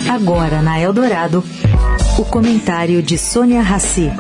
Agora na Eldorado, o comentário de Sônia Rassi.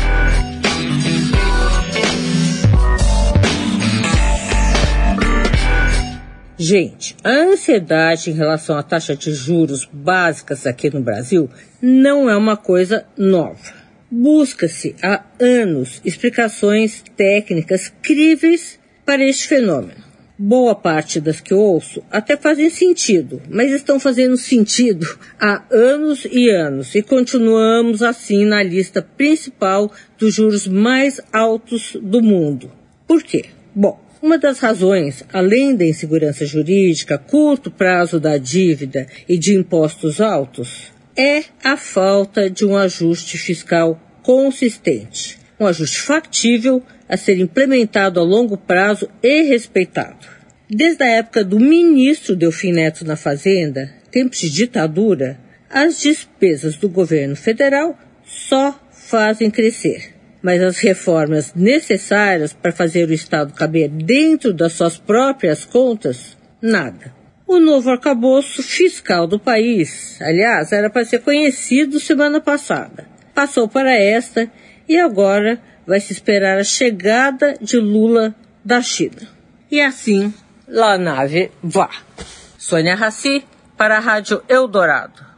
Gente, a ansiedade em relação à taxa de juros básicas aqui no Brasil não é uma coisa nova. Busca-se há anos explicações técnicas críveis para este fenômeno. Boa parte das que ouço até fazem sentido, mas estão fazendo sentido há anos e anos e continuamos assim na lista principal dos juros mais altos do mundo. Por quê? Bom, uma das razões, além da insegurança jurídica, curto prazo da dívida e de impostos altos, é a falta de um ajuste fiscal consistente. Um ajuste factível a ser implementado a longo prazo e respeitado. Desde a época do ministro Delfim Neto na Fazenda, tempos de ditadura, as despesas do governo federal só fazem crescer. Mas as reformas necessárias para fazer o Estado caber dentro das suas próprias contas, nada. O novo arcabouço fiscal do país, aliás, era para ser conhecido semana passada. Passou para esta e agora vai se esperar a chegada de Lula da China. E assim, lá a nave vá. Sônia Rassi para a Rádio Eldorado.